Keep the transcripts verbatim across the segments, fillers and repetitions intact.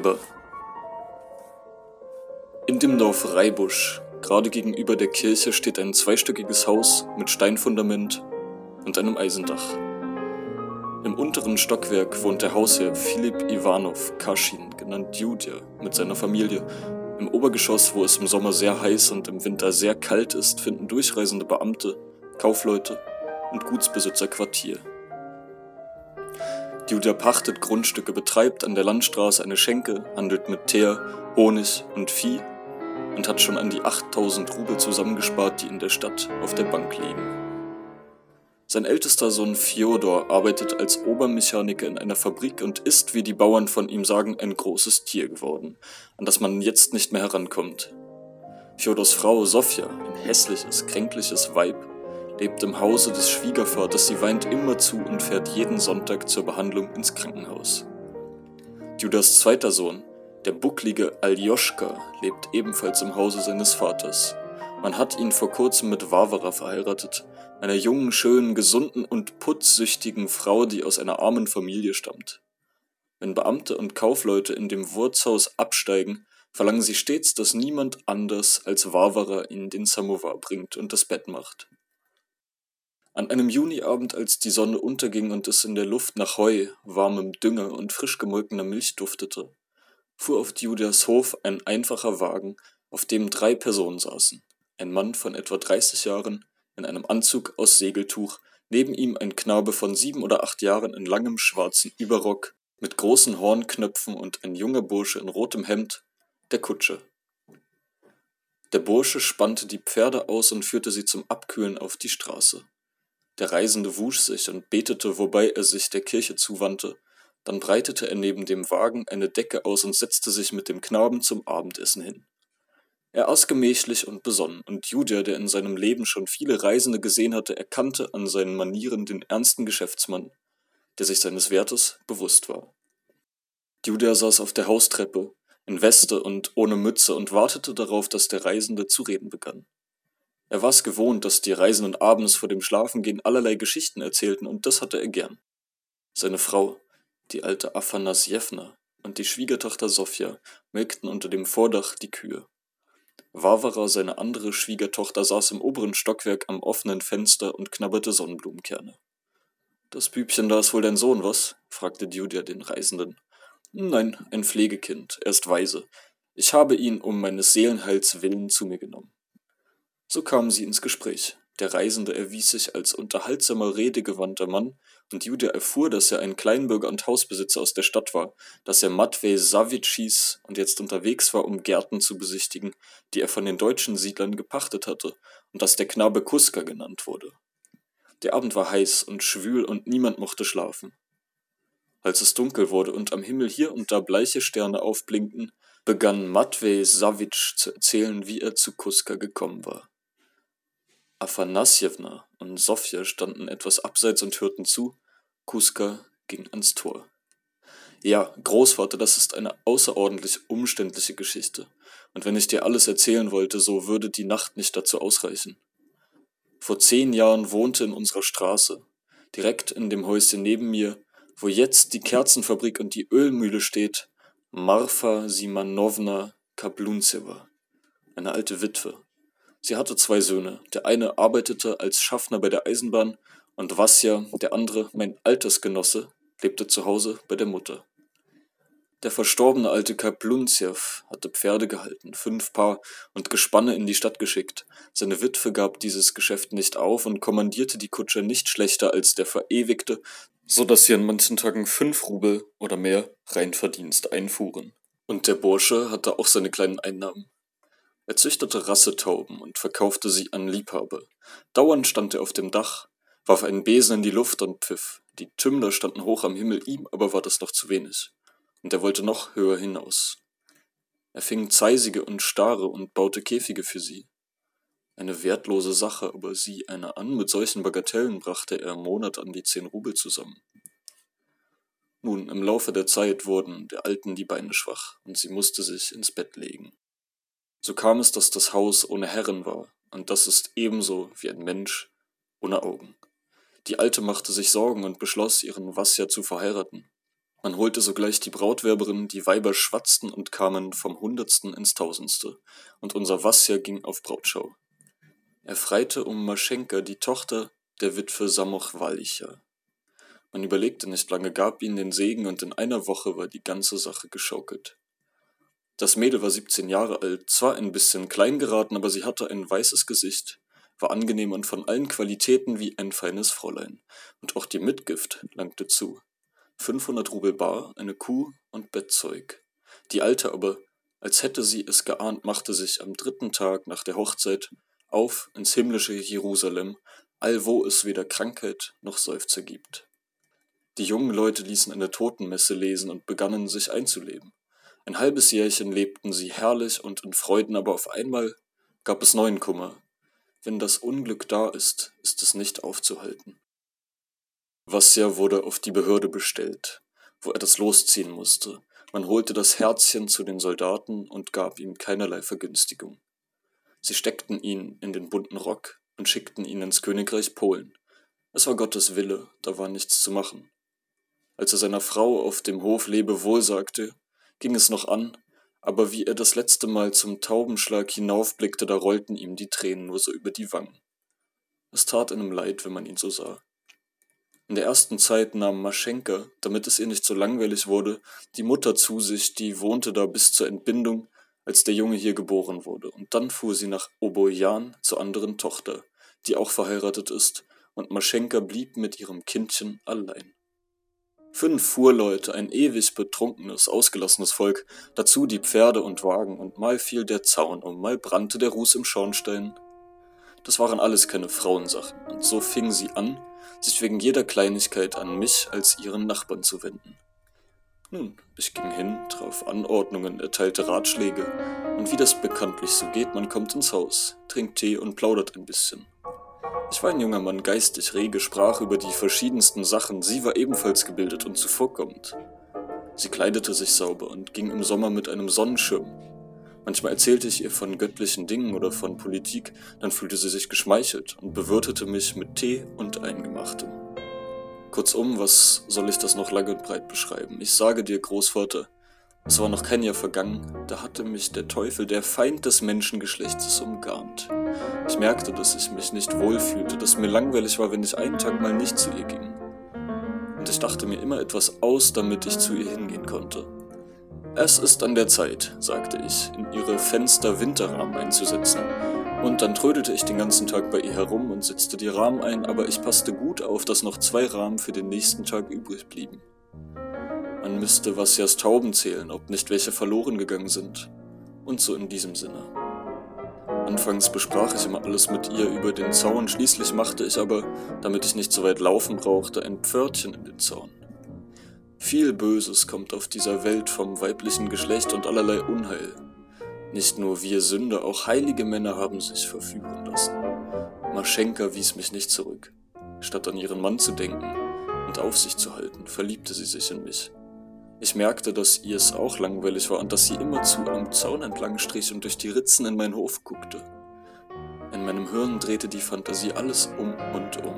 Weiber. In dem Dorf Reibusch, gerade gegenüber der Kirche, steht ein zweistöckiges Haus mit Steinfundament und einem Eisendach. Im unteren Stockwerk wohnt der Hausherr Filip Iwanov Kaschin, genannt Judja, mit seiner Familie. Im Obergeschoss, wo es im Sommer sehr heiß und im Winter sehr kalt ist, finden durchreisende Beamte, Kaufleute und Gutsbesitzer Quartier. Judja pachtet Grundstücke, betreibt an der Landstraße eine Schenke, handelt mit Teer, Honig und Vieh und hat schon an die achttausend Rubel zusammengespart, die in der Stadt auf der Bank liegen. Sein ältester Sohn Fjodor arbeitet als Obermechaniker in einer Fabrik und ist, wie die Bauern von ihm sagen, ein großes Tier geworden, an das man jetzt nicht mehr herankommt. Fjodors Frau Sofja, ein hässliches, kränkliches Weib, lebt im Hause des Schwiegervaters, sie weint immerzu und fährt jeden Sonntag zur Behandlung ins Krankenhaus. Judjas zweiter Sohn, der bucklige Aljoschka, lebt ebenfalls im Hause seines Vaters. Man hat ihn vor kurzem mit Warwara verheiratet, einer jungen, schönen, gesunden und putzsüchtigen Frau, die aus einer armen Familie stammt. Wenn Beamte und Kaufleute in dem Wirtshaus absteigen, verlangen sie stets, dass niemand anders als Warwara ihnen den Samowar bringt und das Bett macht. An einem Juniabend, als die Sonne unterging und es in der Luft nach Heu, warmem Dünger und frisch gemolkener Milch duftete, fuhr auf Judjas Hof ein einfacher Wagen, auf dem drei Personen saßen. Ein Mann von etwa dreißig Jahren, in einem Anzug aus Segeltuch, neben ihm ein Knabe von sieben oder acht Jahren in langem schwarzen Überrock, mit großen Hornknöpfen und ein junger Bursche in rotem Hemd, der Kutscher. Der Bursche spannte die Pferde aus und führte sie zum Abkühlen auf die Straße. Der Reisende wusch sich und betete, wobei er sich der Kirche zuwandte. Dann breitete er neben dem Wagen eine Decke aus und setzte sich mit dem Knaben zum Abendessen hin. Er aß gemächlich und besonnen, und Judja, der in seinem Leben schon viele Reisende gesehen hatte, erkannte an seinen Manieren den ernsten Geschäftsmann, der sich seines Wertes bewusst war. Judja saß auf der Haustreppe, in Weste und ohne Mütze, und wartete darauf, dass der Reisende zu reden begann. Er war es gewohnt, dass die Reisenden abends vor dem Schlafengehen allerlei Geschichten erzählten, und das hatte er gern. Seine Frau, die alte Afanasjewna, und die Schwiegertochter Sofja melkten unter dem Vordach die Kühe. Warwara, seine andere Schwiegertochter, saß im oberen Stockwerk am offenen Fenster und knabberte Sonnenblumenkerne. »Das Bübchen da ist wohl dein Sohn, was?« fragte Judja den Reisenden. »Nein, ein Pflegekind, er ist Waise. Ich habe ihn um meines Seelenheils willen zu mir genommen.« So kamen sie ins Gespräch. Der Reisende erwies sich als unterhaltsamer, redegewandter Mann, und Judja erfuhr, dass er ein Kleinbürger und Hausbesitzer aus der Stadt war, dass er Matvej Sawitsch hieß und jetzt unterwegs war, um Gärten zu besichtigen, die er von den deutschen Siedlern gepachtet hatte, und dass der Knabe Kuska genannt wurde. Der Abend war heiß und schwül und niemand mochte schlafen. Als es dunkel wurde und am Himmel hier und da bleiche Sterne aufblinkten, begann Matvej Sawitsch zu erzählen, wie er zu Kuska gekommen war. Afanasjewna und Sofja standen etwas abseits und hörten zu. Kuska ging ans Tor. »Ja, Großvater, das ist eine außerordentlich umständliche Geschichte. Und wenn ich dir alles erzählen wollte, so würde die Nacht nicht dazu ausreichen. Vor zehn Jahren wohnte in unserer Straße, direkt in dem Häuschen neben mir, wo jetzt die Kerzenfabrik und die Ölmühle steht, Marfa Simanowna Kablunzewa, eine alte Witwe. Sie hatte zwei Söhne, der eine arbeitete als Schaffner bei der Eisenbahn und Wasja, der andere, mein Altersgenosse, lebte zu Hause bei der Mutter. Der verstorbene alte Kaplunzew hatte Pferde gehalten, fünf Paar, und Gespanne in die Stadt geschickt. Seine Witwe gab dieses Geschäft nicht auf und kommandierte die Kutscher nicht schlechter als der Verewigte, so dass sie an manchen Tagen fünf Rubel oder mehr Reinverdienst einfuhren. Und der Bursche hatte auch seine kleinen Einnahmen. Er züchtete Rassetauben und verkaufte sie an Liebhaber. Dauernd stand er auf dem Dach, warf einen Besen in die Luft und pfiff. Die Tümmler standen hoch am Himmel, ihm aber war das noch zu wenig. Und er wollte noch höher hinaus. Er fing Zeisige und Stare und baute Käfige für sie. Eine wertlose Sache, aber sieh einer an, mit solchen Bagatellen brachte er im Monat an die zehn Rubel zusammen. Nun, im Laufe der Zeit wurden der Alten die Beine schwach, und sie musste sich ins Bett legen. So kam es, dass das Haus ohne Herren war, und das ist ebenso wie ein Mensch ohne Augen. Die Alte machte sich Sorgen und beschloss, ihren Wasja zu verheiraten. Man holte sogleich die Brautwerberin, die Weiber schwatzten und kamen vom Hundertsten ins Tausendste, und unser Wassja ging auf Brautschau. Er freite um Maschenka, die Tochter der Witwe Samochwalcha. Man überlegte nicht lange, gab ihnen den Segen, und in einer Woche war die ganze Sache geschaukelt. Das Mädel war siebzehn Jahre alt, zwar ein bisschen klein geraten, aber sie hatte ein weißes Gesicht, war angenehm und von allen Qualitäten wie ein feines Fräulein, und auch die Mitgift langte zu. fünfhundert Rubel bar, eine Kuh und Bettzeug. Die Alte aber, als hätte sie es geahnt, machte sich am dritten Tag nach der Hochzeit auf ins himmlische Jerusalem, allwo es weder Krankheit noch Seufzer gibt. Die jungen Leute ließen eine Totenmesse lesen und begannen sich einzuleben. Ein halbes Jährchen lebten sie herrlich und in Freuden, aber auf einmal gab es neuen Kummer. Wenn das Unglück da ist, ist es nicht aufzuhalten. Wassja wurde auf die Behörde bestellt, wo er das losziehen musste. Man holte das Herzchen zu den Soldaten und gab ihm keinerlei Vergünstigung. Sie steckten ihn in den bunten Rock und schickten ihn ins Königreich Polen. Es war Gottes Wille, da war nichts zu machen. Als er seiner Frau auf dem Hof Lebewohl sagte, ging es noch an, aber wie er das letzte Mal zum Taubenschlag hinaufblickte, da rollten ihm die Tränen nur so über die Wangen. Es tat einem leid, wenn man ihn so sah. In der ersten Zeit nahm Maschenka, damit es ihr nicht so langweilig wurde, die Mutter zu sich, die wohnte da bis zur Entbindung, als der Junge hier geboren wurde, und dann fuhr sie nach Obojan zur anderen Tochter, die auch verheiratet ist, und Maschenka blieb mit ihrem Kindchen allein. Fünf Fuhrleute, ein ewig betrunkenes, ausgelassenes Volk, dazu die Pferde und Wagen, und mal fiel der Zaun um, mal brannte der Ruß im Schornstein. Das waren alles keine Frauensachen, und so fing sie an, sich wegen jeder Kleinigkeit an mich als ihren Nachbarn zu wenden. Nun, ich ging hin, traf Anordnungen, erteilte Ratschläge, und wie das bekanntlich so geht, man kommt ins Haus, trinkt Tee und plaudert ein bisschen. Ich war ein junger Mann, geistig rege, sprach über die verschiedensten Sachen, sie war ebenfalls gebildet und zuvorkommend. Sie kleidete sich sauber und ging im Sommer mit einem Sonnenschirm. Manchmal erzählte ich ihr von göttlichen Dingen oder von Politik, dann fühlte sie sich geschmeichelt und bewirtete mich mit Tee und Eingemachtem. Kurzum, was soll ich das noch lang und breit beschreiben? Ich sage dir, Großvater, es war noch kein Jahr vergangen, da hatte mich der Teufel, der Feind des Menschengeschlechtes, umgarnt. Ich merkte, dass ich mich nicht wohlfühlte, dass mir langweilig war, wenn ich einen Tag mal nicht zu ihr ging. Und ich dachte mir immer etwas aus, damit ich zu ihr hingehen konnte. Es ist an der Zeit, sagte ich, in ihre Fenster Winterrahmen einzusetzen. Und dann trödelte ich den ganzen Tag bei ihr herum und setzte die Rahmen ein, aber ich passte gut auf, dass noch zwei Rahmen für den nächsten Tag übrig blieben. Man müsste Wassjas Tauben zählen, ob nicht welche verloren gegangen sind. Und so in diesem Sinne. Anfangs besprach ich immer alles mit ihr über den Zaun, schließlich machte ich aber, damit ich nicht so weit laufen brauchte, ein Pförtchen in den Zaun. Viel Böses kommt auf dieser Welt vom weiblichen Geschlecht und allerlei Unheil. Nicht nur wir Sünder, auch heilige Männer haben sich verführen lassen. Maschenka wies mich nicht zurück. Statt an ihren Mann zu denken und auf sich zu halten, verliebte sie sich in mich. Ich merkte, dass ihr es auch langweilig war und dass sie immerzu am Zaun entlang strich und durch die Ritzen in meinen Hof guckte. In meinem Hirn drehte die Fantasie alles um und um.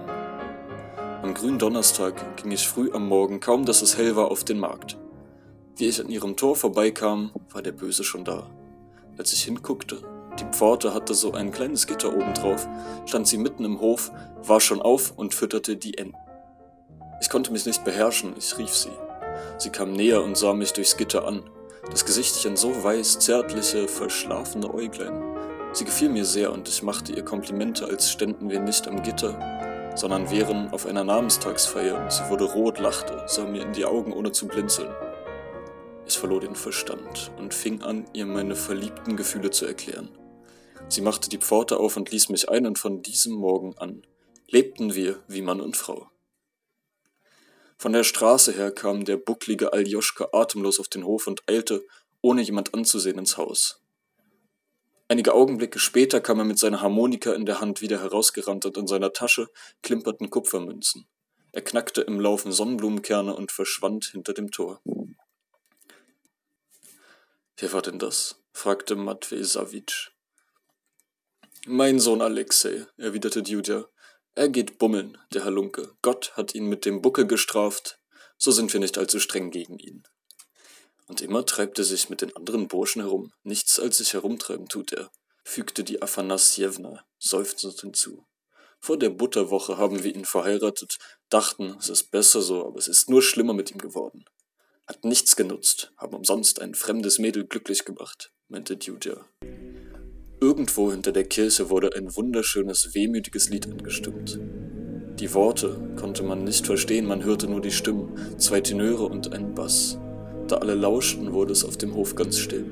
Am grünen Donnerstag ging ich früh am Morgen, kaum dass es hell war, auf den Markt. Wie ich an ihrem Tor vorbeikam, war der Böse schon da. Als ich hinguckte, die Pforte hatte so ein kleines Gitter obendrauf, stand sie mitten im Hof, war schon auf und fütterte die Enten. Ich konnte mich nicht beherrschen, ich rief sie. Sie kam näher und sah mich durchs Gitter an. Das Gesichtchen so weiß, zärtliche, verschlafene Äuglein. Sie gefiel mir sehr und ich machte ihr Komplimente, als ständen wir nicht am Gitter, sondern wären auf einer Namenstagsfeier, und sie wurde rot, lachte, sah mir in die Augen, ohne zu blinzeln. Ich verlor den Verstand und fing an, ihr meine verliebten Gefühle zu erklären. Sie machte die Pforte auf und ließ mich ein, und von diesem Morgen an lebten wir wie Mann und Frau. Von der Straße her kam der bucklige Aljoschka atemlos auf den Hof und eilte, ohne jemand anzusehen, ins Haus. Einige Augenblicke später kam er mit seiner Harmonika in der Hand wieder herausgerannt, und in seiner Tasche klimperten Kupfermünzen. Er knackte im Laufen Sonnenblumenkerne und verschwand hinter dem Tor. »Wer war denn das?« fragte Matwei Sawitsch. »Mein Sohn Alexei«, erwiderte Djudja. »Er geht bummeln, der Halunke. Gott hat ihn mit dem Buckel gestraft. so sind wir nicht allzu streng gegen ihn. Und immer treibt er sich mit den anderen Burschen herum, nichts als sich herumtreiben tut er, fügte die Afanassjewna seufzend hinzu. Vor der Butterwoche haben wir ihn verheiratet, dachten, es ist besser so, aber es ist nur schlimmer mit ihm geworden. Hat nichts genutzt, haben umsonst ein fremdes Mädel glücklich gemacht, meinte Djuja. Irgendwo hinter der Kirche wurde ein wunderschönes, wehmütiges Lied angestimmt. Die Worte konnte man nicht verstehen, man hörte nur die Stimmen, zwei Tenöre und einen Bass. Da alle lauschten, wurde es auf dem Hof ganz still.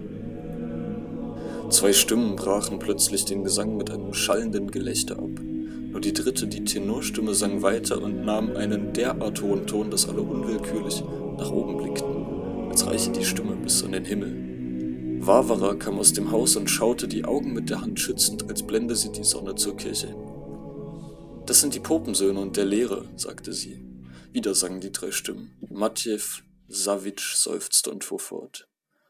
Zwei Stimmen brachen plötzlich den Gesang mit einem schallenden Gelächter ab. Nur die dritte, die Tenorstimme, sang weiter und nahm einen derart hohen Ton, dass alle unwillkürlich nach oben blickten, als reiche die Stimme bis an den Himmel. Varvara kam aus dem Haus und schaute die Augen mit der Hand schützend, als blende sie die Sonne zur Kirche hin. »Das sind die Popensöhne und der Lehrer«, sagte sie. Wieder sangen die drei Stimmen. Matjew Savitsch seufzte und fuhr fort.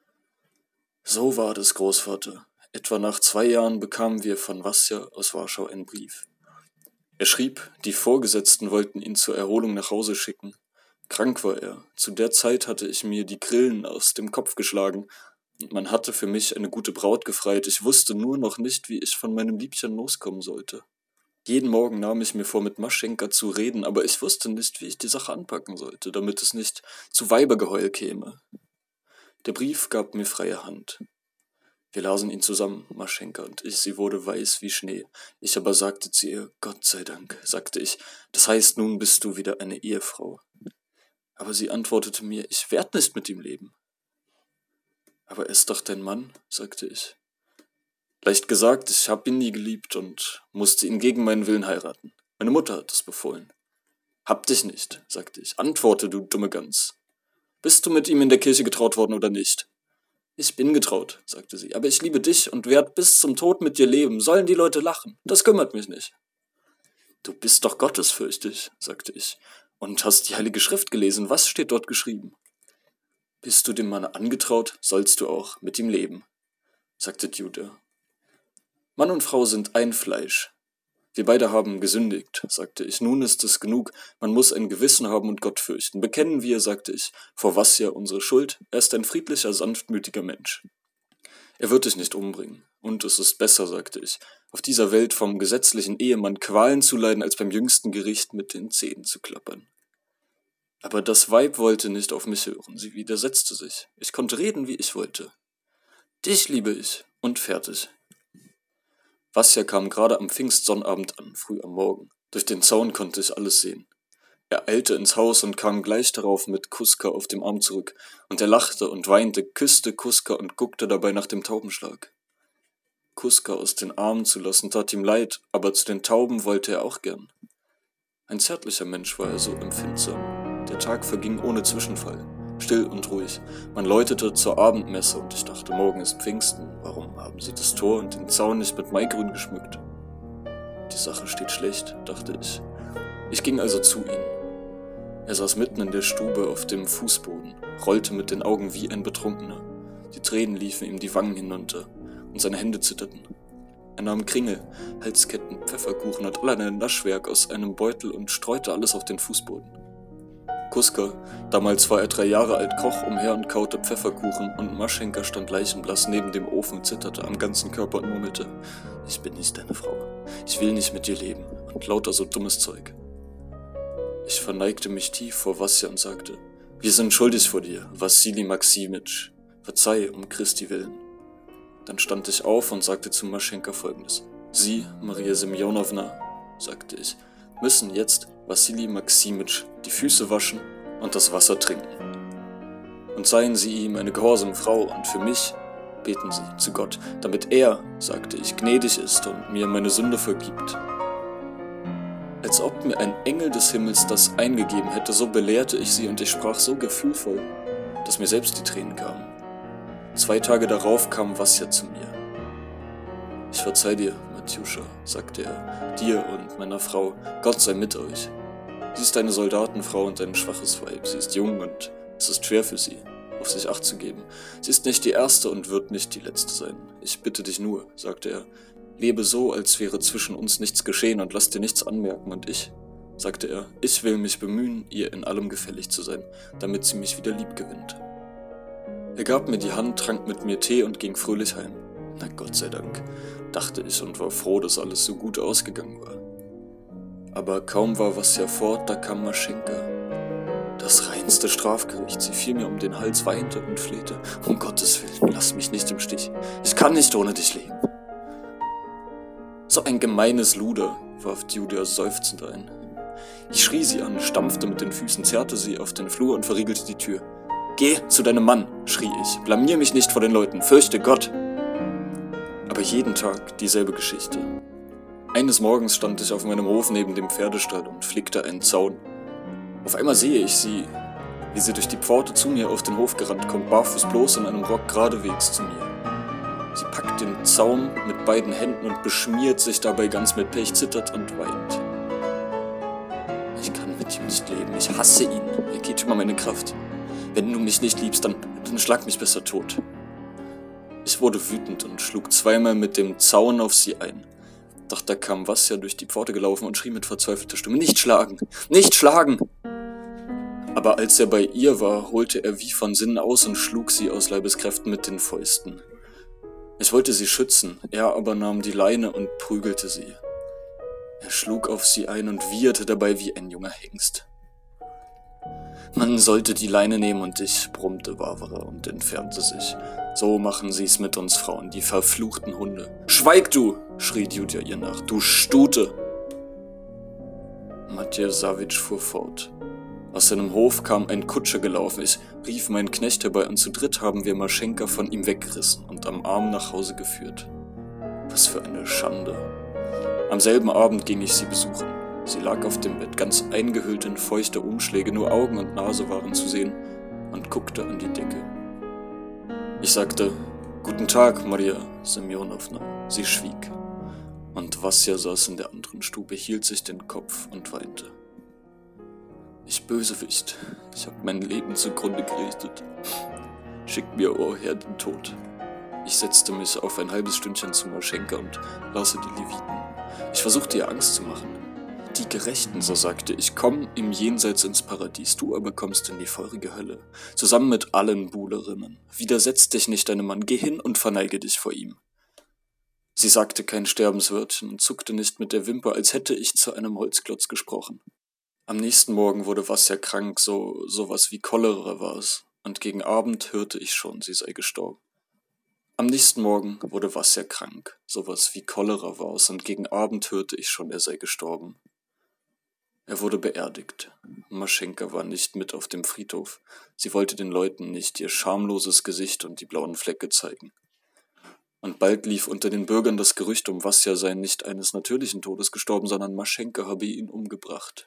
»So war das, Großvater. Etwa nach zwei Jahren bekamen wir von Wasja aus Warschau einen Brief. Er schrieb, die Vorgesetzten wollten ihn zur Erholung nach Hause schicken. Krank war er. Zu der Zeit hatte ich mir die Grillen aus dem Kopf geschlagen und man hatte für mich eine gute Braut gefreit. Ich wusste nur noch nicht, wie ich von meinem Liebchen loskommen sollte. Jeden Morgen nahm ich mir vor, mit Maschenka zu reden, aber ich wusste nicht, wie ich die Sache anpacken sollte, damit es nicht zu Weibergeheul käme. Der Brief gab mir freie Hand. Wir lasen ihn zusammen, Maschenka und ich, sie wurde weiß wie Schnee. Ich aber sagte zu ihr, Gott sei Dank, sagte ich, das heißt, nun bist du wieder eine Ehefrau. Aber sie antwortete mir, ich werd nicht mit ihm leben. Aber er ist doch dein Mann, sagte ich. Leicht gesagt, ich hab ihn nie geliebt und musste ihn gegen meinen Willen heiraten. Meine Mutter hat es befohlen. Hab dich nicht, sagte ich, antworte, du dumme Gans. Bist du mit ihm in der Kirche getraut worden oder nicht? Ich bin getraut, sagte sie, aber ich liebe dich und werd bis zum Tod mit dir leben. Sollen die Leute lachen? Das kümmert mich nicht. Du bist doch gottesfürchtig, sagte ich, und hast die Heilige Schrift gelesen. Was steht dort geschrieben? Bist du dem Manne angetraut, sollst du auch mit ihm leben, sagte Djuja. Mann und Frau sind ein Fleisch. Wir beide haben gesündigt, sagte ich. Nun ist es genug. Man muss ein Gewissen haben und Gott fürchten. Bekennen wir, sagte ich, vor was ja unsere Schuld. Er ist ein friedlicher, sanftmütiger Mensch. Er wird dich nicht umbringen. Und es ist besser, sagte ich, auf dieser Welt vom gesetzlichen Ehemann Qualen zu leiden, als beim jüngsten Gericht mit den Zähnen zu klappern. Aber das Weib wollte nicht auf mich hören. Sie widersetzte sich. Ich konnte reden, wie ich wollte. Dich liebe ich. Und fertig. Vasja kam gerade am Pfingstsonnabend an, früh am Morgen. Durch den Zaun konnte ich alles sehen. Er eilte ins Haus und kam gleich darauf mit Kuska auf dem Arm zurück. Und er lachte und weinte, küsste Kuska und guckte dabei nach dem Taubenschlag. Kuska aus den Armen zu lassen, tat ihm leid, aber zu den Tauben wollte er auch gern. Ein zärtlicher Mensch war er, so empfindsam. Der Tag verging ohne Zwischenfall. Still und ruhig. Man läutete zur Abendmesse und ich dachte, morgen ist Pfingsten. Warum haben sie das Tor und den Zaun nicht mit Maigrün geschmückt? Die Sache steht schlecht, dachte ich. Ich ging also zu ihm. Er saß mitten in der Stube auf dem Fußboden, rollte mit den Augen wie ein Betrunkener. Die Tränen liefen ihm die Wangen hinunter und seine Hände zitterten. Er nahm Kringel, Halsketten, Pfefferkuchen und allerlei Naschwerk aus einem Beutel und streute alles auf den Fußboden. Kuska, damals war er drei Jahre alt, kroch umher und kaute Pfefferkuchen und Maschenka stand leichenblass neben dem Ofen, zitterte am ganzen Körper und murmelte, ich bin nicht deine Frau, ich will nicht mit dir leben und lauter so dummes Zeug. Ich verneigte mich tief vor Vasja und sagte, wir sind schuldig vor dir, Wassili Maximitsch, verzeih um Christi willen. Dann stand ich auf und sagte zu Maschenka folgendes, Sie, Maria Semjonowna, sagte ich, müssen jetzt Wassili Maximitsch die Füße waschen und das Wasser trinken. Und seien Sie ihm eine gehorsame Frau und für mich beten Sie zu Gott, damit er, sagte ich, gnädig ist und mir meine Sünde vergibt. Als ob mir ein Engel des Himmels das eingegeben hätte, so belehrte ich sie und ich sprach so gefühlvoll, dass mir selbst die Tränen kamen. Zwei Tage darauf kam Vasja zu mir. Ich verzeih dir, Matjuscha, sagte er, dir und meiner Frau, Gott sei mit euch. Sie ist eine Soldatenfrau und ein schwaches Weib. Sie ist jung und es ist schwer für sie, auf sich Acht zu geben. Sie ist nicht die erste und wird nicht die letzte sein. Ich bitte dich nur, sagte er, lebe so, als wäre zwischen uns nichts geschehen und lass dir nichts anmerken und ich sagte er. Ich will mich bemühen, ihr in allem gefällig zu sein, damit sie mich wieder lieb gewinnt. Er gab mir die Hand, trank mit mir Tee und ging fröhlich heim. Na Gott sei Dank, dachte ich und war froh, dass alles so gut ausgegangen war. Aber kaum war Wasja fort, da kam Maschenka. Das reinste Strafgericht, sie fiel mir um den Hals, weinte und flehte. Um Gottes Willen, lass mich nicht im Stich. Ich kann nicht ohne dich leben. So ein gemeines Luder, warf Julia seufzend ein. Ich schrie sie an, stampfte mit den Füßen, zerrte sie auf den Flur und verriegelte die Tür. Geh zu deinem Mann, schrie ich, blamier mich nicht vor den Leuten, fürchte Gott. Aber jeden Tag dieselbe Geschichte. Eines Morgens stand ich auf meinem Hof neben dem Pferdestall und flickte einen Zaun. Auf einmal sehe ich sie, wie sie durch die Pforte zu mir auf den Hof gerannt kommt, barfuß bloß in einem Rock geradewegs zu mir. Sie packt den Zaun mit beiden Händen und beschmiert sich dabei ganz mit Pech, zittert und weint. Ich kann mit ihm nicht leben, ich hasse ihn, er geht über meine Kraft. Wenn du mich nicht liebst, dann, dann schlag mich besser tot. Ich wurde wütend und schlug zweimal mit dem Zaun auf sie ein. Doch da kam Wasja durch die Pforte gelaufen und schrie mit verzweifelter Stimme, nicht schlagen, nicht schlagen! Aber als er bei ihr war, holte er wie von Sinnen aus und schlug sie aus Leibeskräften mit den Fäusten. Ich wollte sie schützen, er aber nahm die Leine und prügelte sie. Er schlug auf sie ein und wieherte dabei wie ein junger Hengst. Man sollte die Leine nehmen und ich, brummte Barbara und entfernte sich. So machen sie's mit uns Frauen, die verfluchten Hunde. Schweig du, schrie Julia ihr nach, du Stute! Matja Savic fuhr fort. Aus seinem Hof kam ein Kutscher gelaufen. Ich rief meinen Knecht herbei und zu dritt haben wir Maschenka von ihm weggerissen und am Arm nach Hause geführt. Was für eine Schande. Am selben Abend ging ich sie besuchen. Sie lag auf dem Bett, ganz eingehüllt in feuchte Umschläge, nur Augen und Nase waren zu sehen, und guckte an die Decke. Ich sagte, »Guten Tag, Maria Semjonowna.« Sie schwieg. Und Wasja saß in der anderen Stube, hielt sich den Kopf und weinte. »Ich Bösewicht, ich hab mein Leben zugrunde gerichtet. Schickt mir, oh Herr, den Tod.« Ich setzte mich auf ein halbes Stündchen zu Maschenka und las die Leviten. Ich versuchte ihr Angst zu machen. Die Gerechten, so sagte ich, kommen im Jenseits ins Paradies, du aber kommst in die feurige Hölle, zusammen mit allen Buhlerinnen. Widersetz dich nicht deinem Mann, geh hin und verneige dich vor ihm. Sie sagte kein Sterbenswörtchen und zuckte nicht mit der Wimper, als hätte ich zu einem Holzklotz gesprochen. Am nächsten Morgen wurde Wasja krank, so sowas wie Cholera war es, und gegen Abend hörte ich schon, sie sei gestorben. Am nächsten Morgen wurde Wasja krank, sowas wie Cholera war es, und gegen Abend hörte ich schon, er sei gestorben. Er wurde beerdigt. Maschenka war nicht mit auf dem Friedhof. Sie wollte den Leuten nicht ihr schamloses Gesicht und die blauen Flecke zeigen. Und bald lief unter den Bürgern das Gerücht um, Wasja sei nicht eines natürlichen Todes gestorben, sondern Maschenka habe ihn umgebracht.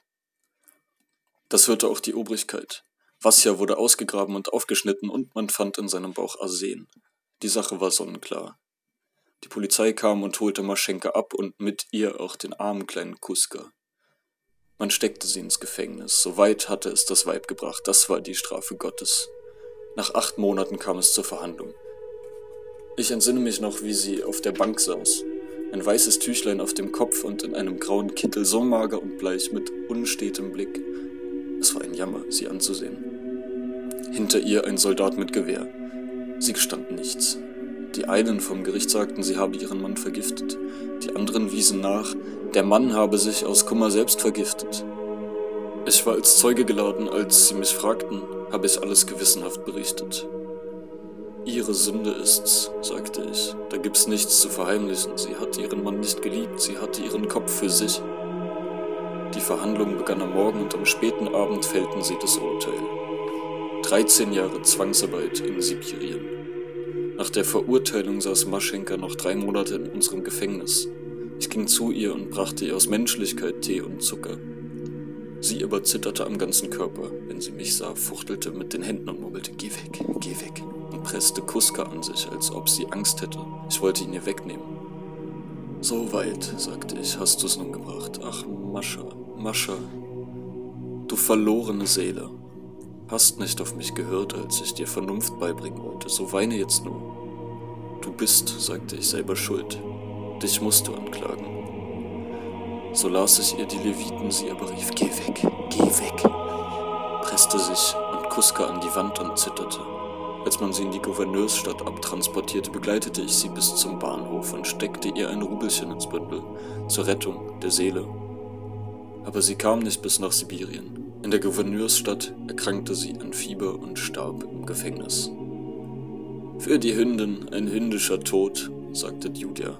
Das hörte auch die Obrigkeit. Wasja wurde ausgegraben und aufgeschnitten und man fand in seinem Bauch Arsen. Die Sache war sonnenklar. Die Polizei kam und holte Maschenka ab und mit ihr auch den armen kleinen Kuska. Man steckte sie ins Gefängnis. So weit hatte es das Weib gebracht. Das war die Strafe Gottes. Nach acht Monaten kam es zur Verhandlung. Ich entsinne mich noch, wie sie auf der Bank saß. Ein weißes Tüchlein auf dem Kopf und in einem grauen Kittel, so mager und bleich, mit unstetem Blick. Es war ein Jammer, sie anzusehen. Hinter ihr ein Soldat mit Gewehr. Sie gestand nichts. Die einen vom Gericht sagten, sie habe ihren Mann vergiftet. Die anderen wiesen nach, der Mann habe sich aus Kummer selbst vergiftet. Ich war als Zeuge geladen, als sie mich fragten, habe ich alles gewissenhaft berichtet. Ihre Sünde ist's, sagte ich, da gibt's nichts zu verheimlichen. Sie hatte ihren Mann nicht geliebt, sie hatte ihren Kopf für sich. Die Verhandlung begann am Morgen und am späten Abend fällten sie das Urteil. dreizehn Jahre Zwangsarbeit in Sibirien. Nach der Verurteilung saß Maschenka noch drei Monate in unserem Gefängnis. Ich ging zu ihr und brachte ihr aus Menschlichkeit Tee und Zucker. Sie aber zitterte am ganzen Körper. Wenn sie mich sah, fuchtelte mit den Händen und murmelte, »Geh weg, geh weg«, und presste Kuska an sich, als ob sie Angst hätte. Ich wollte ihn ihr wegnehmen. »So weit«, sagte ich, »hast du's nun gebracht. Ach, Mascha, Mascha, du verlorene Seele. Hast nicht auf mich gehört, als ich dir Vernunft beibringen wollte. So weine jetzt nur. Du bist, sagte ich, selber schuld. Dich musst du anklagen.« So las ich ihr die Leviten, sie aber rief, »Geh weg, geh weg«, presste sich und Kuska an die Wand und zitterte. Als man sie in die Gouverneursstadt abtransportierte, begleitete ich sie bis zum Bahnhof und steckte ihr ein Rubelchen ins Bündel, zur Rettung der Seele. Aber sie kam nicht bis nach Sibirien. In der Gouverneursstadt erkrankte sie an Fieber und starb im Gefängnis. »Für die Hündin ein hündischer Tod«, sagte Djudja.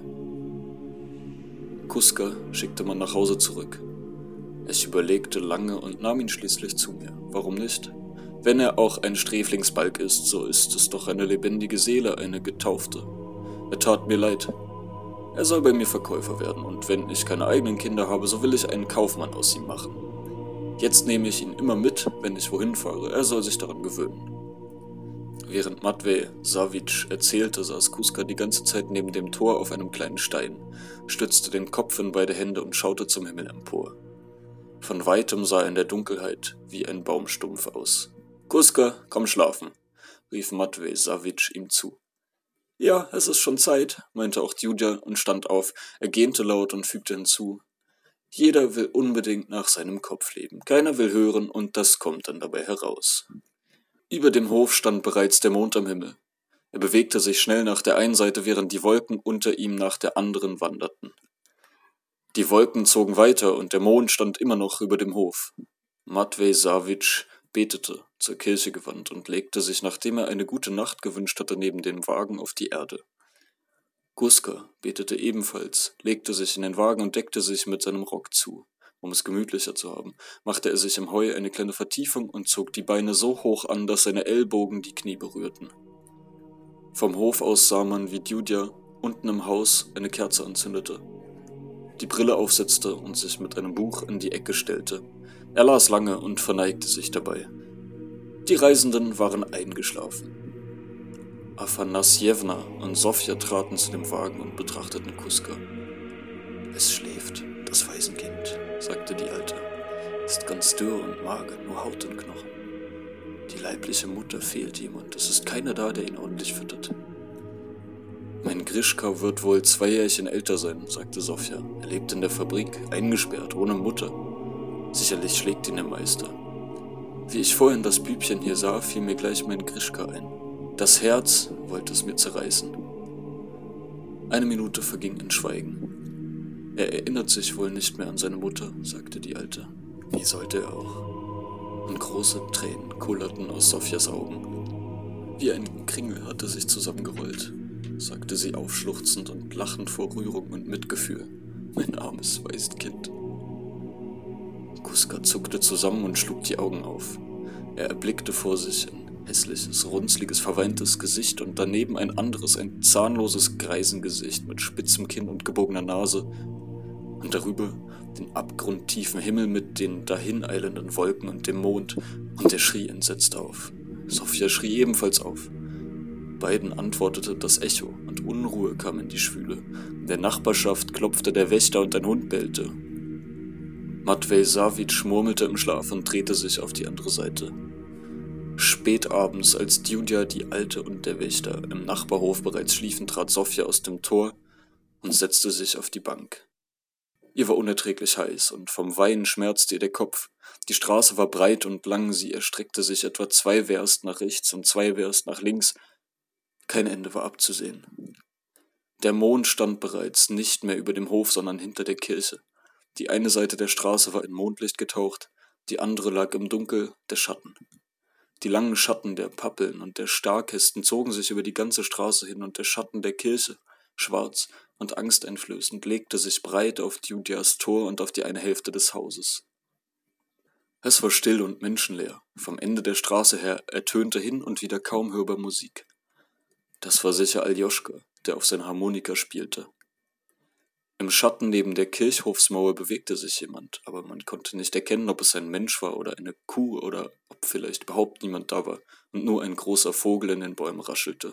Kuska schickte man nach Hause zurück. Ich überlegte lange und nahm ihn schließlich zu mir. Warum nicht? Wenn er auch ein Sträflingsbalg ist, so ist es doch eine lebendige Seele, eine Getaufte. Er tat mir leid. Er soll bei mir Verkäufer werden, und wenn ich keine eigenen Kinder habe, so will ich einen Kaufmann aus ihm machen. Jetzt nehme ich ihn immer mit, wenn ich wohin fahre. Er soll sich daran gewöhnen. Während Matvej Savitsch erzählte, saß Kuska die ganze Zeit neben dem Tor auf einem kleinen Stein, stützte den Kopf in beide Hände und schaute zum Himmel empor. Von weitem sah er in der Dunkelheit wie ein Baumstumpf aus. »Kuska, komm schlafen«, rief Matvej Savitsch ihm zu. »Ja, es ist schon Zeit«, meinte auch Djudja und stand auf. Er gähnte laut und fügte hinzu, »Jeder will unbedingt nach seinem Kopf leben. Keiner will hören, und das kommt dann dabei heraus.« Über dem Hof stand bereits der Mond am Himmel. Er bewegte sich schnell nach der einen Seite, während die Wolken unter ihm nach der anderen wanderten. Die Wolken zogen weiter, und der Mond stand immer noch über dem Hof. Matvej Savitsch betete, zur Kirche gewandt, und legte sich, nachdem er eine gute Nacht gewünscht hatte, neben dem Wagen auf die Erde. Kuska betete ebenfalls, legte sich in den Wagen und deckte sich mit seinem Rock zu. Um es gemütlicher zu haben, machte er sich im Heu eine kleine Vertiefung und zog die Beine so hoch an, dass seine Ellbogen die Knie berührten. Vom Hof aus sah man, wie Djudja unten im Haus eine Kerze anzündete, die Brille aufsetzte und sich mit einem Buch in die Ecke stellte. Er las lange und verneigte sich dabei. Die Reisenden waren eingeschlafen. Afanassjewna und Sofja traten zu dem Wagen und betrachteten Kuska. »Es schläft, das Waisenkind«, sagte die Alte. »Ist ganz dürr und mager, nur Haut und Knochen. Die leibliche Mutter fehlt ihm und es ist keiner da, der ihn ordentlich füttert.« »Mein Grischka wird wohl zwei Jährchen älter sein«, sagte Sofja. »Er lebt in der Fabrik, eingesperrt, ohne Mutter. Sicherlich schlägt ihn der Meister. Wie ich vorhin das Bübchen hier sah, fiel mir gleich mein Grischka ein. Das Herz wollte es mir zerreißen.« Eine Minute verging in Schweigen. »Er erinnert sich wohl nicht mehr an seine Mutter«, sagte die Alte. »Wie sollte er auch?« Und große Tränen kullerten aus Sofjas Augen. Wie ein Kringel hatte sich zusammengerollt, sagte sie aufschluchzend und lachend vor Rührung und Mitgefühl. »Mein armes Waisenkind.« Kuska zuckte zusammen und schlug die Augen auf. Er erblickte vor sich ein hässliches, runzliges, verweintes Gesicht und daneben ein anderes, ein zahnloses Greisengesicht mit spitzem Kinn und gebogener Nase und darüber den abgrundtiefen Himmel mit den dahineilenden Wolken und dem Mond, und er schrie entsetzt auf. Sofja schrie ebenfalls auf. Beiden antwortete das Echo, und Unruhe kam in die Schwüle. In der Nachbarschaft klopfte der Wächter und ein Hund bellte. Matvej Savitsch murmelte im Schlaf und drehte sich auf die andere Seite. Spät abends, als Djudja, die Alte und der Wächter im Nachbarhof bereits schliefen, trat Sofja aus dem Tor und setzte sich auf die Bank. Ihr war unerträglich heiß und vom Weinen schmerzte ihr der Kopf. Die Straße war breit und lang, sie erstreckte sich etwa zwei Werst nach rechts und zwei Werst nach links. Kein Ende war abzusehen. Der Mond stand bereits nicht mehr über dem Hof, sondern hinter der Kirche. Die eine Seite der Straße war in Mondlicht getaucht, die andere lag im Dunkel der Schatten. Die langen Schatten der Pappeln und der Starkästen zogen sich über die ganze Straße hin, und der Schatten der Kirche, schwarz und angsteinflößend, legte sich breit auf Djudjas Tor und auf die eine Hälfte des Hauses. Es war still und menschenleer. Vom Ende der Straße her ertönte hin und wieder kaum hörbar Musik. Das war sicher Aljoschka, der auf seiner Harmonika spielte. Im Schatten neben der Kirchhofsmauer bewegte sich jemand, aber man konnte nicht erkennen, ob es ein Mensch war oder eine Kuh oder ob vielleicht überhaupt niemand da war und nur ein großer Vogel in den Bäumen raschelte.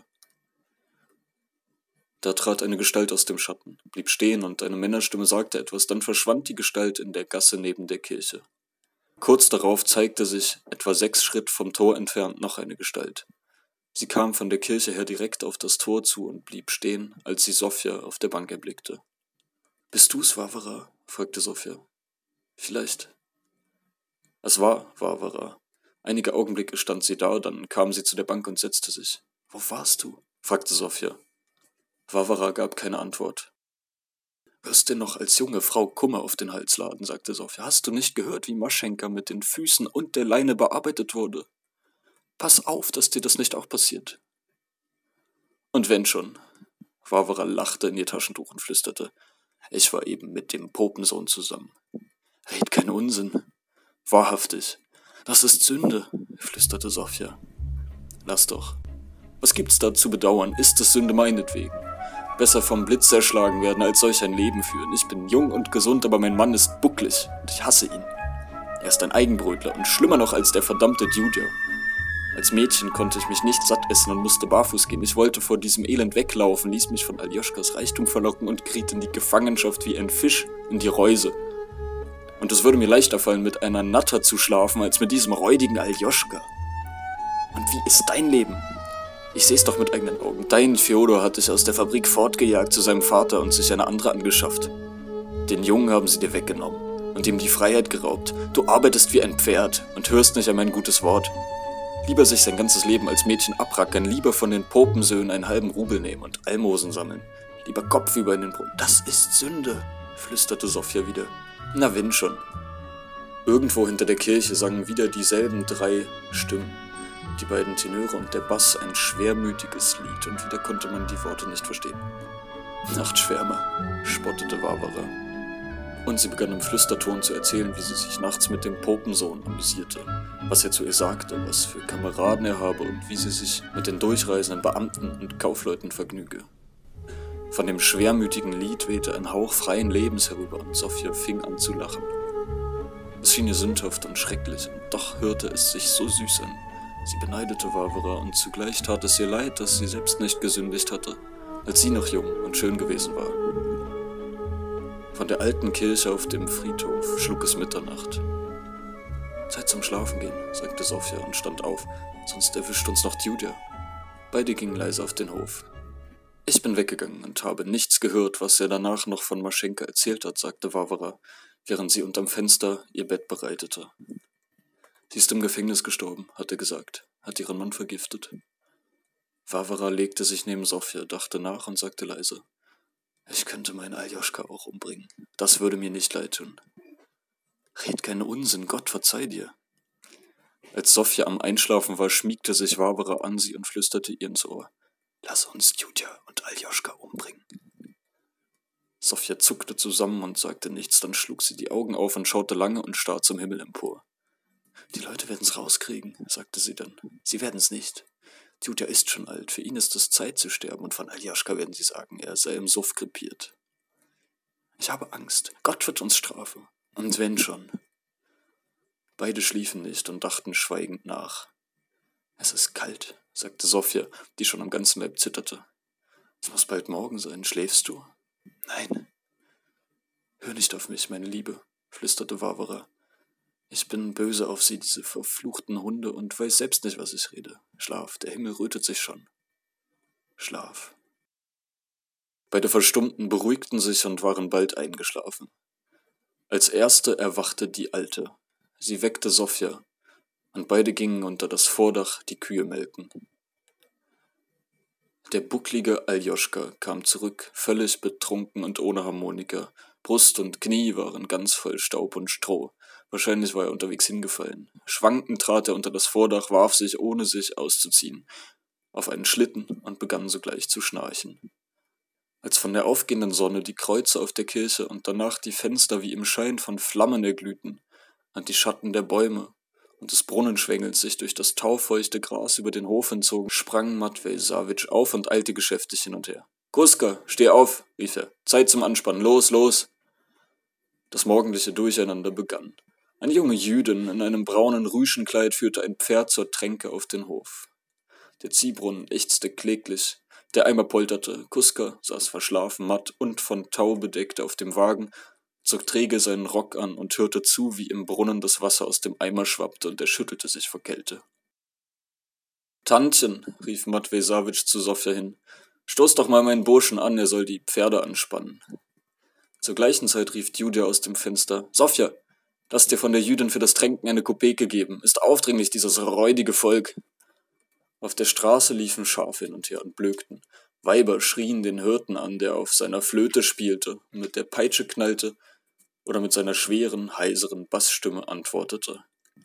Da trat eine Gestalt aus dem Schatten, blieb stehen und eine Männerstimme sagte etwas, dann verschwand die Gestalt in der Gasse neben der Kirche. Kurz darauf zeigte sich, etwa sechs Schritt vom Tor entfernt, noch eine Gestalt. Sie kam von der Kirche her direkt auf das Tor zu und blieb stehen, als sie Sofja auf der Bank erblickte. »Bist du's, Vavera?« fragte Sofja. »Vielleicht.« Es war Vavera. Einige Augenblicke stand sie da, dann kam sie zu der Bank und setzte sich. »Wo warst du?« fragte Sofja. Vavera gab keine Antwort. »Wirst dir noch als junge Frau Kummer auf den Hals laden«, sagte Sofja. »Hast du nicht gehört, wie Maschenka mit den Füßen und der Leine bearbeitet wurde? Pass auf, dass dir das nicht auch passiert.« »Und wenn schon?« Vavera lachte in ihr Taschentuch und flüsterte. »Ich war eben mit dem Popensohn zusammen.« »Red keinen Unsinn.« »Wahrhaftig. Das ist Sünde«, flüsterte Sofja. »Lass doch. Was gibt's da zu bedauern? Ist es Sünde meinetwegen? Besser vom Blitz erschlagen werden, als solch ein Leben führen. Ich bin jung und gesund, aber mein Mann ist bucklig und ich hasse ihn. Er ist ein Eigenbrötler und schlimmer noch als der verdammte Djudja. Als Mädchen konnte ich mich nicht satt essen und musste barfuß gehen. Ich wollte vor diesem Elend weglaufen, ließ mich von Aljoschkas Reichtum verlocken und geriet in die Gefangenschaft wie ein Fisch in die Reuse. Und es würde mir leichter fallen, mit einer Natter zu schlafen, als mit diesem räudigen Aljoschka. Und wie ist dein Leben? Ich seh's doch mit eigenen Augen. Dein Fjodor hat dich aus der Fabrik fortgejagt zu seinem Vater und sich eine andere angeschafft. Den Jungen haben sie dir weggenommen und ihm die Freiheit geraubt. Du arbeitest wie ein Pferd und hörst nicht an mein gutes Wort. Lieber sich sein ganzes Leben als Mädchen abrackern, lieber von den Popensöhnen einen halben Rubel nehmen und Almosen sammeln. Lieber kopfüber in den Brunnen. Das ist Sünde, flüsterte Sofja wieder. Na wenn schon. Irgendwo hinter der Kirche sangen wieder dieselben drei Stimmen. Die beiden Tenöre und der Bass ein schwermütiges Lied, und wieder konnte man die Worte nicht verstehen. »Nachtschwärmer«, spottete Vavera. Und sie begann im Flüsterton zu erzählen, wie sie sich nachts mit dem Popensohn amüsierte, was er zu ihr sagte, was für Kameraden er habe und wie sie sich mit den durchreisenden Beamten und Kaufleuten vergnüge. Von dem schwermütigen Lied wehte ein Hauch freien Lebens herüber und Sofja fing an zu lachen. Es schien ihr sündhaft und schrecklich, und doch hörte es sich so süß an. Sie beneidete Vavera und zugleich tat es ihr leid, dass sie selbst nicht gesündigt hatte, als sie noch jung und schön gewesen war. Von der alten Kirche auf dem Friedhof schlug es Mitternacht. »Zeit zum Schlafen gehen«, sagte Sofja und stand auf, »sonst erwischt uns noch Djudja.« Beide gingen leise auf den Hof. »Ich bin weggegangen und habe nichts gehört, was er danach noch von Maschenka erzählt hat«, sagte Vavera, während sie unterm Fenster ihr Bett bereitete. »Sie ist im Gefängnis gestorben«, hat er gesagt, »hat ihren Mann vergiftet.« Vavera legte sich neben Sofja, dachte nach und sagte leise, »Ich könnte meinen Aljoschka auch umbringen. Das würde mir nicht leid tun.« »Red keinen Unsinn, Gott verzeih dir.« Als Sofja am Einschlafen war, schmiegte sich Vavera an sie und flüsterte ihr ins Ohr, »Lass uns Djudja und Aljoschka umbringen.« Sofja zuckte zusammen und sagte nichts, dann schlug sie die Augen auf und schaute lange und starr zum Himmel empor. »Die Leute werden's rauskriegen«, sagte sie dann. »Sie werden's nicht. Djudja ist schon alt, für ihn ist es Zeit zu sterben, und von Aljoschka werden sie sagen, er sei im Suff krepiert. Ich habe Angst, Gott wird uns strafen. Und wenn schon.« Beide schliefen nicht und dachten schweigend nach. »Es ist kalt«, sagte Sofja, die schon am ganzen Leib zitterte. »Es muss bald morgen sein. Schläfst du?« »Nein.« »Hör nicht auf mich, meine Liebe«, flüsterte Vavera. »Ich bin böse auf sie, diese verfluchten Hunde, und weiß selbst nicht, was ich rede. Schlaf, der Himmel rötet sich schon. Schlaf.« Beide verstummten, beruhigten sich und waren bald eingeschlafen. Als erste erwachte die Alte. Sie weckte Sofja, und beide gingen unter das Vordach die Kühe melken. Der bucklige Aljoschka kam zurück, völlig betrunken und ohne Harmonika. Brust und Knie waren ganz voll Staub und Stroh. Wahrscheinlich war er unterwegs hingefallen. Schwankend trat er unter das Vordach, warf sich, ohne sich auszuziehen, auf einen Schlitten und begann sogleich zu schnarchen. Als von der aufgehenden Sonne die Kreuze auf der Kirche und danach die Fenster wie im Schein von Flammen erglühten und die Schatten der Bäume und des Brunnenschwengels sich durch das taufeuchte Gras über den Hof entzogen, sprang Matvej Sawitsch auf und eilte geschäftig hin und her. »Kuska, steh auf«, rief er, »Zeit zum Anspannen, los, los!« Das morgendliche Durcheinander begann. Eine junge Jüdin in einem braunen Rüschenkleid führte ein Pferd zur Tränke auf den Hof. Der Ziehbrunnen ächzte kläglich, der Eimer polterte, Kuska saß verschlafen, matt und von Tau bedeckt auf dem Wagen, zog träge seinen Rock an und hörte zu, wie im Brunnen das Wasser aus dem Eimer schwappte, und er schüttelte sich vor Kälte. »Tantchen«, rief Matvej Sawitsch zu Sofja hin, »stoß doch mal meinen Burschen an, er soll die Pferde anspannen.« Zur gleichen Zeit rief Julia aus dem Fenster: »Sofja, lass dir von der Jüdin für das Tränken eine Kopeke geben. Ist aufdringlich, dieses räudige Volk.« Auf der Straße liefen Schafe hin und her und blökten. Weiber schrien den Hirten an, der auf seiner Flöte spielte und mit der Peitsche knallte oder mit seiner schweren, heiseren Bassstimme antwortete.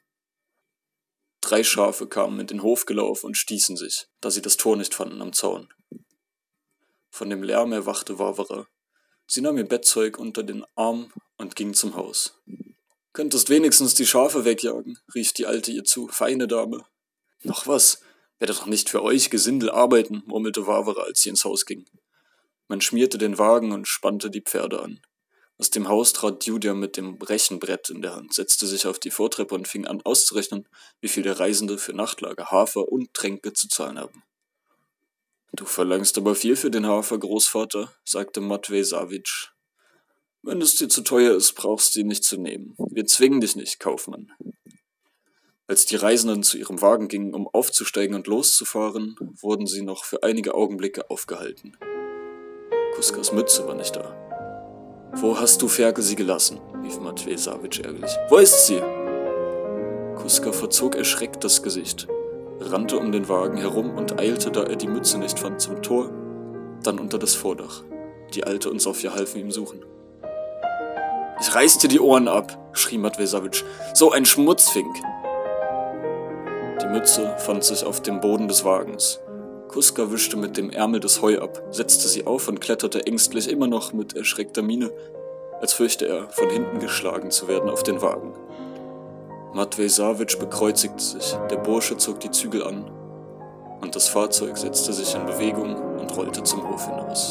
Drei Schafe kamen in den Hof gelaufen und stießen sich, da sie das Tor nicht fanden am Zaun. Von dem Lärm erwachte Warvara. Sie nahm ihr Bettzeug unter den Arm und ging zum Haus. »Könntest wenigstens die Schafe wegjagen«, rief die Alte ihr zu, »feine Dame.« »Noch was? Werde doch nicht für euch Gesindel arbeiten«, murmelte Warvara, als sie ins Haus ging. Man schmierte den Wagen und spannte die Pferde an. Aus dem Haus trat Julia mit dem Rechenbrett in der Hand, setzte sich auf die Vortreppe und fing an auszurechnen, wie viel der Reisende für Nachtlager, Hafer und Tränke zu zahlen haben. »Du verlangst aber viel für den Hafer, Großvater«, sagte Matvej Savitsch. »Wenn es dir zu teuer ist, brauchst du ihn nicht zu nehmen. Wir zwingen dich nicht, Kaufmann.« Als die Reisenden zu ihrem Wagen gingen, um aufzusteigen und loszufahren, wurden sie noch für einige Augenblicke aufgehalten. Kuskas Mütze war nicht da. »Wo hast du Ferkel sie gelassen?«, rief Matvej Savitsch ärgerlich. »Wo ist sie?« Kuska verzog erschreckt das Gesicht, rannte um den Wagen herum und eilte, da er die Mütze nicht fand, zum Tor, dann unter das Vordach. Die Alte und Sofja halfen ihm suchen. »Ich reiß dir die Ohren ab«, schrie Matvej Savitsch. »So ein Schmutzfink!« Die Mütze fand sich auf dem Boden des Wagens. Kuska wischte mit dem Ärmel das Heu ab, setzte sie auf und kletterte ängstlich, immer noch mit erschreckter Miene, als fürchte er, von hinten geschlagen zu werden, auf den Wagen. Matvej Savitsch bekreuzigte sich, der Bursche zog die Zügel an und das Fahrzeug setzte sich in Bewegung und rollte zum Hof hinaus.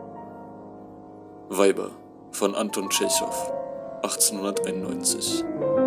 Weiber von Anton Tschechow, achtzehnhunderteinundneunzig.